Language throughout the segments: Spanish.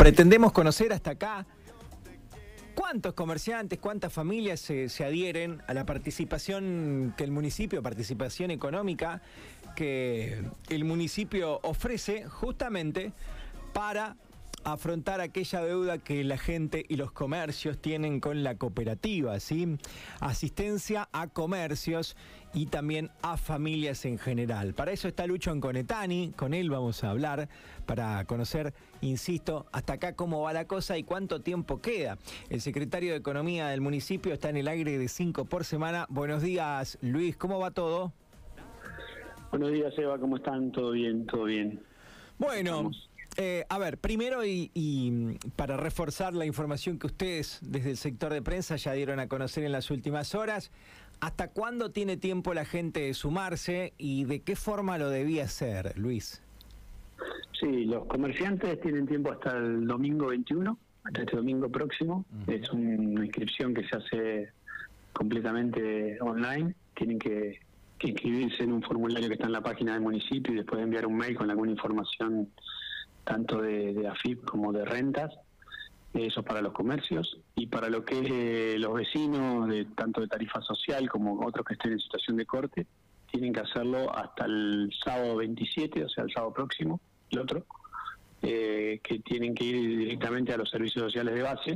Pretendemos conocer hasta acá cuántos comerciantes, cuántas familias se adhieren a la participación que el municipio, participación económica que el municipio ofrece justamente para afrontar aquella deuda que la gente y los comercios tienen con la cooperativa, ¿sí? Asistencia a comercios y también a familias en general. Para eso está Lucho Anconetani, con él vamos a hablar para conocer, insisto, hasta acá cómo va la cosa y cuánto tiempo queda. El secretario de Economía del municipio está en el aire de 5 por semana. Buenos días, Luis, ¿cómo va todo? Buenos días, Eva, ¿cómo están? ¿Todo bien? ¿Todo bien? Bueno, a ver, primero y para reforzar la información que ustedes desde el sector de prensa ya dieron a conocer en las últimas horas, ¿hasta cuándo tiene tiempo la gente de sumarse y de qué forma lo debía hacer, Luis? Sí, los comerciantes tienen tiempo hasta el domingo 21, hasta este domingo próximo. Es una inscripción que se hace completamente online. Tienen que inscribirse en un formulario que está en la página del municipio y después enviar un mail con alguna información tanto de AFIP como de rentas. Eso es para los comercios. Y para lo que es los vecinos, tanto de tarifa social como otros que estén en situación de corte, tienen que hacerlo hasta el sábado 27, o sea, el sábado próximo, el otro, que tienen que ir directamente a los servicios sociales de base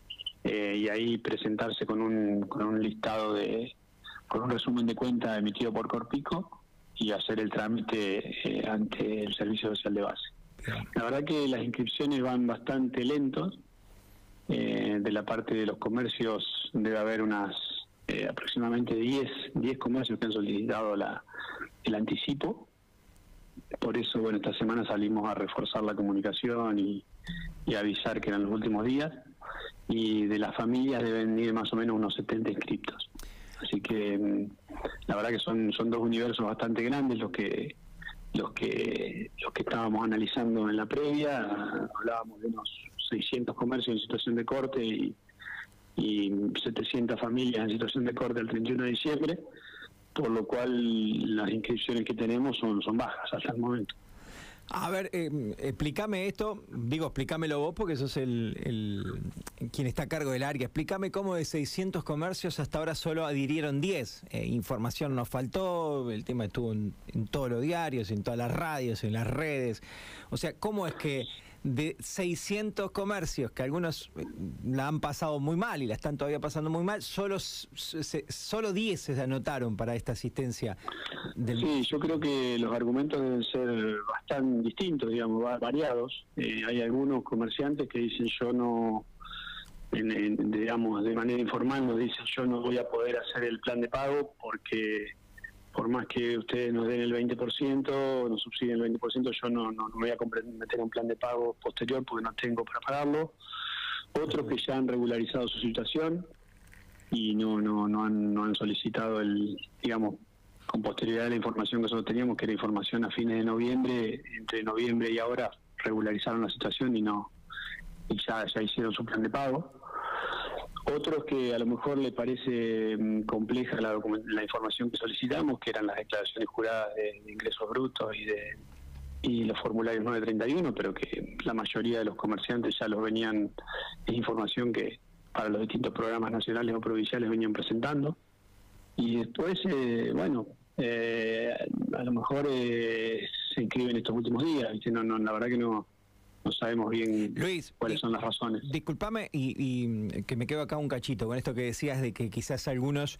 y ahí presentarse con un listado con un resumen de cuenta emitido por Corpico y hacer el trámite ante el servicio social de base. La verdad que las inscripciones van bastante lentos. De la parte de los comercios debe haber aproximadamente 10 comercios que han solicitado el anticipo. Por eso, bueno, esta semana salimos a reforzar la comunicación y avisar que eran los últimos días. Y de las familias deben ir más o menos unos 70 inscriptos. Así que la verdad que son dos universos bastante grandes los que estábamos analizando en la previa. Hablábamos de unos 600 comercios en situación de corte y 700 familias en situación de corte el 31 de diciembre, por lo cual las inscripciones que tenemos son bajas hasta el momento. A ver, explícame esto, explícamelo vos porque sos quien está a cargo del área. Explícame cómo de 600 comercios hasta ahora solo adhirieron 10. Información nos faltó, el tema estuvo en todos los diarios, en todas las radios, en las redes. O sea, ¿cómo es que de 600 comercios, que algunos la han pasado muy mal y la están todavía pasando muy mal, solo 10 se anotaron para esta asistencia? Sí, yo creo que los argumentos deben ser bastante distintos, digamos, variados. Hay algunos comerciantes que dicen yo no, digamos, de manera informal nos dicen yo no voy a poder hacer el plan de pago porque por más que ustedes nos den el 20%, nos subsidien el 20%, yo no voy a meter un plan de pago posterior porque no tengo para pagarlo. Otros que ya han regularizado su situación y no han solicitado digamos, con posterioridad a la información que nosotros teníamos, que era información a fines de noviembre, entre noviembre y ahora regularizaron la situación y ya hicieron su plan de pago. Otros que a lo mejor les parece compleja la información que solicitamos, que eran las declaraciones juradas de ingresos brutos y los formularios 931, pero que la mayoría de los comerciantes ya los venían, es información que para los distintos programas nacionales o provinciales venían presentando. Y después, a lo mejor se inscriben estos últimos días, ¿viste? La verdad que no sabemos bien, Luis, cuáles son las razones. Discúlpame y que me quedo acá un cachito con esto que decías de que quizás algunos,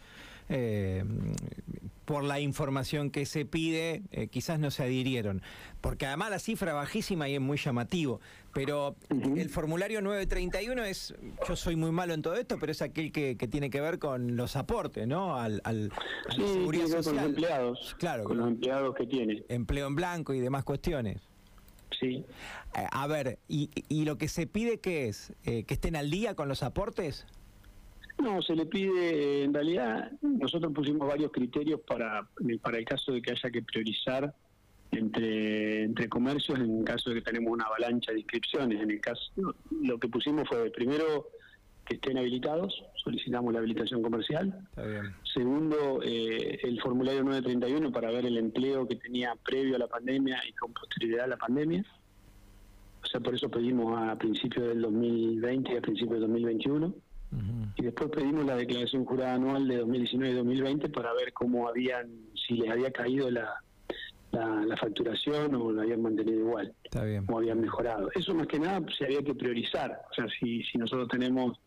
por la información que se pide, quizás no se adhirieron. Porque además la cifra es bajísima y es muy llamativo. Pero el formulario 931 es, yo soy muy malo en todo esto, pero es aquel que tiene que ver con los aportes, ¿no? A la seguridad social. Con los empleados. Claro, con los empleados que tiene. Empleo en blanco y demás cuestiones. Sí. A ver, ¿y lo que se pide qué es? ¿Que estén al día con los aportes? No, se le pide, en realidad, nosotros pusimos varios criterios para el caso de que haya que priorizar entre comercios en caso de que tenemos una avalancha de inscripciones. En el caso, lo que pusimos fue, primero, que estén habilitados, solicitamos la habilitación comercial. Está bien. Segundo, el formulario 931 para ver el empleo que tenía previo a la pandemia y con posterioridad a la pandemia. sea, por eso pedimos a principios del 2020 y a principios del 2021. Y después pedimos la declaración jurada anual de 2019 y 2020 para ver si les había caído la facturación o lo habían mantenido igual. Está bien. O habían mejorado. Eso más que nada se había que priorizar. O sea, si nosotros tenemos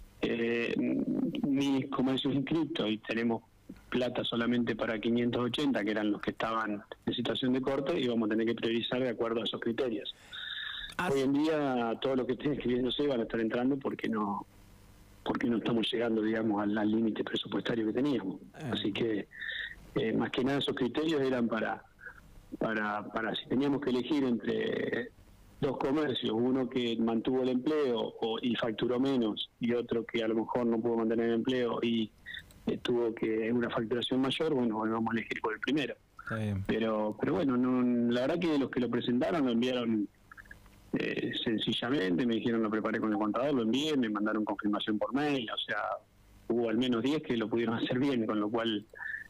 1.000 comercios inscriptos y tenemos plata solamente para 580, que eran los que estaban en situación de corte, íbamos a tener que priorizar de acuerdo a esos criterios. Hoy en día todos los que estén escribiéndose van a estar entrando porque no estamos llegando, digamos, al límite presupuestario que teníamos. Así que más que nada esos criterios eran para si teníamos que elegir entre dos comercios, uno que mantuvo el empleo y facturó menos, y otro que a lo mejor no pudo mantener el empleo y tuvo que una facturación mayor, bueno, vamos a elegir por el primero. Pero bueno, la verdad que los que lo presentaron lo enviaron sencillamente, me dijeron lo preparé con el contador, lo envié, me mandaron confirmación por mail, o sea, hubo al menos 10 que lo pudieron hacer bien, con lo cual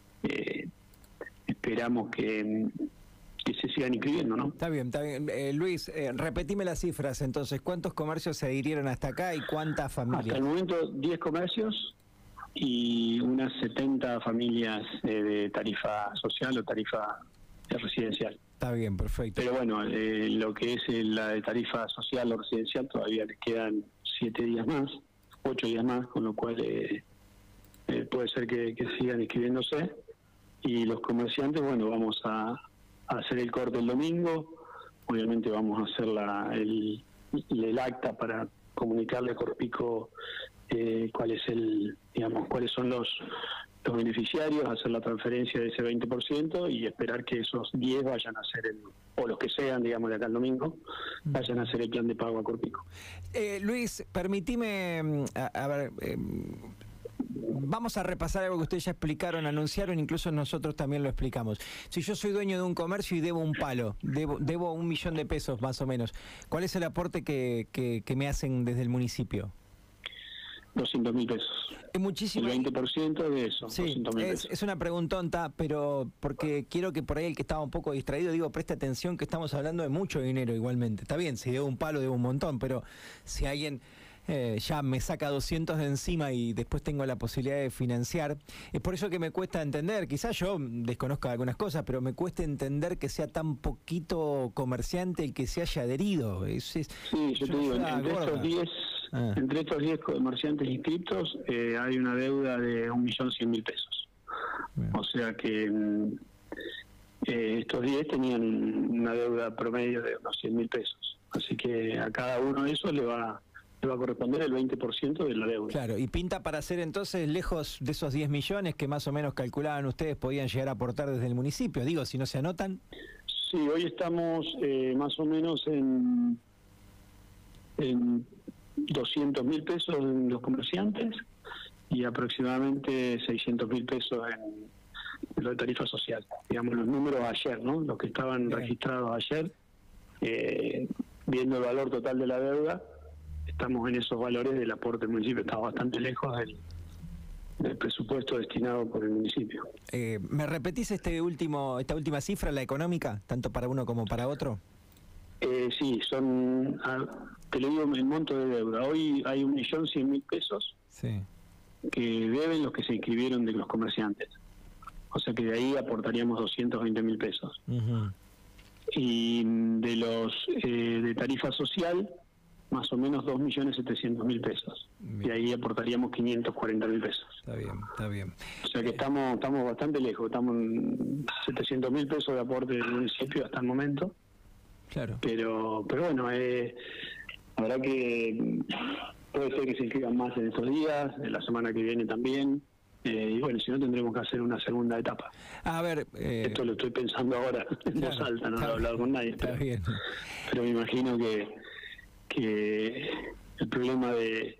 esperamos que se sigan inscribiendo, ¿no? Está bien. Luis, repetime las cifras entonces, ¿cuántos comercios se adhirieron hasta acá y cuántas familias? Hasta el momento 10 comercios y unas 70 familias de tarifa social o tarifa residencial. Está bien, perfecto. Pero bueno, lo que es la de tarifa social o residencial todavía les quedan 7 días más, 8 días más, con lo cual puede ser que sigan inscribiéndose. Y los comerciantes, bueno, vamos a hacer el corte el domingo, obviamente vamos a hacer el acta para comunicarle a Corpico cuáles son los beneficiarios, hacer la transferencia de ese 20% y esperar que esos 10 vayan a hacer o los que sean, digamos, de acá el domingo, vayan a hacer el plan de pago a Corpico. Luis, permitime, a ver, vamos a repasar algo que ustedes ya explicaron, anunciaron, incluso nosotros también lo explicamos. Si yo soy dueño de un comercio y debo un palo, debo 1.000.000 de pesos más o menos, ¿cuál es el aporte que me hacen desde el municipio? 200.000 pesos. Es muchísimo. El 20% de eso. Sí, es una preguntonta, pero porque quiero que por ahí el que estaba un poco distraído, preste atención que estamos hablando de mucho dinero igualmente. Está bien, si debo un palo, debo un montón, pero si alguien ya me saca 200 de encima y después tengo la posibilidad de financiar, es por eso que me cuesta entender, quizás yo desconozco algunas cosas, pero me cuesta entender que sea tan poquito comerciante el que se haya adherido. Sí, yo te digo, entre estos 10 comerciantes inscriptos hay una deuda de 1.100.000 pesos. Bien. O sea que estos 10 tenían una deuda promedio de unos 100.000 pesos. Así que a cada uno de esos le va a corresponder el 20% de la deuda. Claro, y pinta para ser entonces lejos de esos 10 millones que más o menos calculaban ustedes podían llegar a aportar desde el municipio. Digo, si no se anotan. Sí, hoy estamos más o menos en 200.000 pesos en los comerciantes y aproximadamente 600.000 pesos en la tarifa social. Digamos, los números ayer, ¿no? Los que estaban Bien. Registrados ayer, viendo el valor total de la deuda, estamos en esos valores del aporte del municipio. Estamos bastante lejos del presupuesto destinado por el municipio. ¿Me repetís esta última cifra, la económica, tanto para uno como para otro? Sí, te lo digo el monto de deuda. Hoy hay 1.100.000 pesos sí. que deben los que se inscribieron de los comerciantes. O sea que de ahí aportaríamos 220.000 pesos. Y de los de tarifa social, más o menos 2.700.000 pesos. Bien. Y ahí aportaríamos 540.000 pesos. Está bien. O sea que estamos bastante lejos. Estamos en 700.000 pesos de aporte del municipio hasta el momento. Claro. Pero bueno, la verdad que puede ser que se inscriban más en estos días, en la semana que viene también. Y bueno, si no tendremos que hacer una segunda etapa. A ver, esto lo estoy pensando ahora en voz alta, no lo he hablado con nadie. Pero me imagino que el problema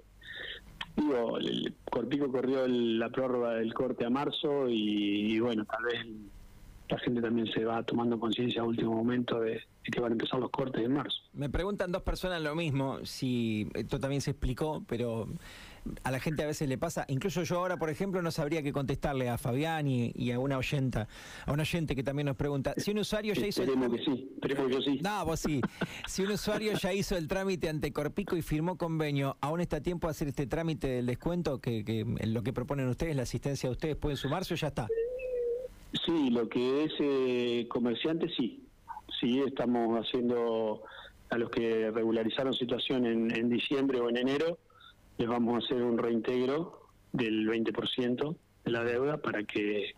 el Corpico corrió la prórroga del corte a marzo y bueno, tal vez la gente también se va tomando conciencia a último momento de que van a empezar los cortes en marzo. Me preguntan dos personas lo mismo, si esto también se explicó, pero a la gente a veces le pasa, incluso yo ahora, por ejemplo, no sabría qué contestarle a Fabián y a una oyente que también nos pregunta, si un usuario ya hizo esperemos que sí, esperemos que yo sí. No, vos sí. Si un usuario ya hizo el trámite ante Corpico y firmó convenio, ¿aún está a tiempo de hacer este trámite del descuento que lo que proponen ustedes, la asistencia de ustedes, pueden sumarse o ya está? Sí, lo que es comerciante, sí. Sí, estamos haciendo, a los que regularizaron situación en diciembre o en enero, les vamos a hacer un reintegro del 20% de la deuda para que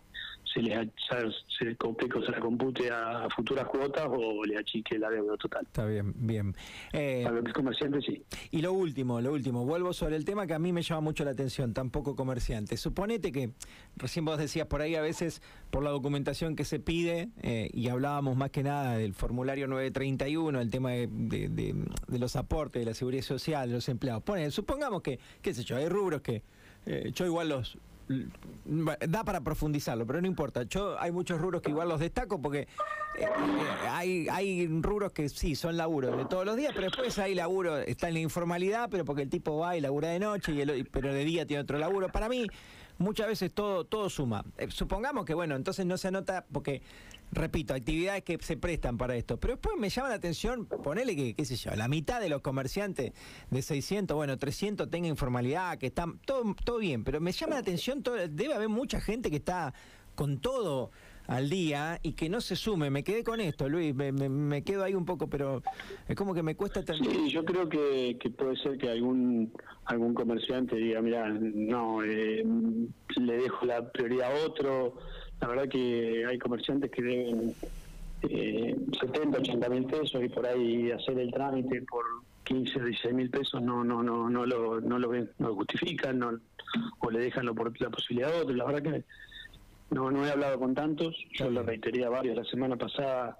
se Corpico se la compute a futuras cuotas o le achique la deuda total. Está bien, bien. Para lo que es comerciante, sí. Y lo último, vuelvo sobre el tema que a mí me llama mucho la atención, tampoco comerciante. Suponete que, recién vos decías por ahí, a veces por la documentación que se pide, y hablábamos más que nada del formulario 931, el tema de los aportes, de la seguridad social, de los empleados. Supongamos que, qué sé yo, hay rubros que yo igual da para profundizarlo, pero no importa. Hay muchos rubros que igual los destaco porque hay rubros que sí, son laburos de todos los días, pero después hay laburo, está en la informalidad, pero porque el tipo va y labura de noche, pero de día tiene otro laburo. Para mí, muchas veces todo suma. Supongamos que, bueno, entonces no se anota porque, repito, actividades que se prestan para esto. Pero después me llama la atención, ponele que, qué sé yo, la mitad de los comerciantes de 600, bueno, 300 tenga informalidad, que están todo bien, pero me llama la atención, debe haber mucha gente que está con todo al día y que no se sume. Me quedé con esto, Luis, me quedo ahí un poco, pero es como que me cuesta terminar. Sí, yo creo que puede ser que algún comerciante diga, mira, no, le dejo la prioridad a otro. La verdad que hay comerciantes que deben 70, 80 mil pesos y por ahí hacer el trámite por 15, 16 mil pesos no lo ven, no lo justifican, o le dejan la posibilidad a otro. La verdad que no he hablado con tantos, yo lo reiteré a varios la semana pasada,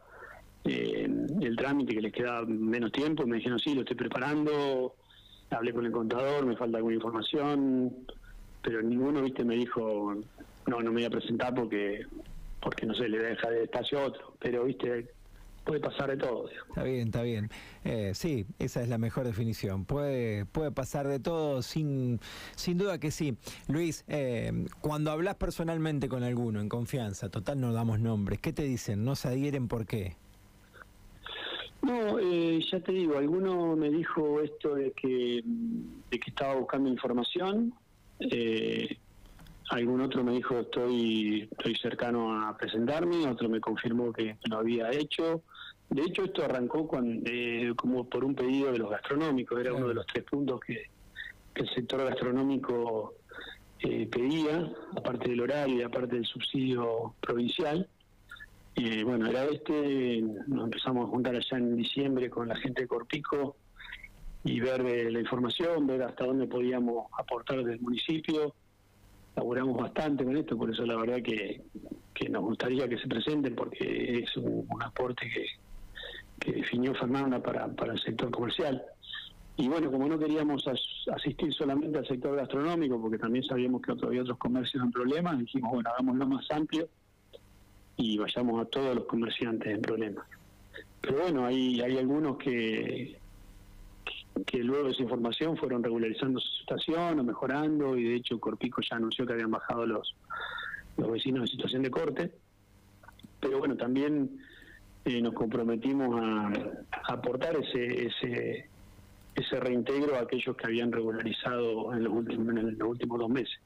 el trámite, que les queda menos tiempo, me dijeron sí, lo estoy preparando, hablé con el contador, me falta alguna información, pero ninguno, viste, me dijo no me voy a presentar porque no sé, le deja de espacio a otro, pero viste, puede pasar de todo, digamos. Está bien. Sí, esa es la mejor definición. Puede pasar de todo, sin duda que sí. Luis, cuando hablas personalmente con alguno, en confianza, total no damos nombres, ¿qué te dicen? ¿No se adhieren por qué? No, ya te digo, alguno me dijo esto de que estaba buscando información, algún otro me dijo estoy cercano a presentarme, otro me confirmó que lo había hecho. De hecho, esto arrancó como por un pedido de los gastronómicos, era uno de los 3 puntos que el sector gastronómico pedía, aparte del horario y aparte del subsidio provincial. Bueno, era nos empezamos a juntar allá en diciembre con la gente de Corpico y ver la información, ver hasta dónde podíamos aportar desde el municipio. Laburamos bastante con esto, por eso la verdad que nos gustaría que se presenten, porque es un aporte que definió Fernanda para el sector comercial. Y bueno, como no queríamos asistir solamente al sector gastronómico, porque también sabíamos que había otros comercios en problemas, dijimos, bueno, hagámoslo más amplio y vayamos a todos los comerciantes en problemas. Pero bueno, hay algunos que luego de esa información fueron regularizando su situación o mejorando, y de hecho Corpico ya anunció que habían bajado los vecinos en situación de corte. Pero bueno, también nos comprometimos a aportar ese reintegro a aquellos que habían regularizado en los últimos 2 meses.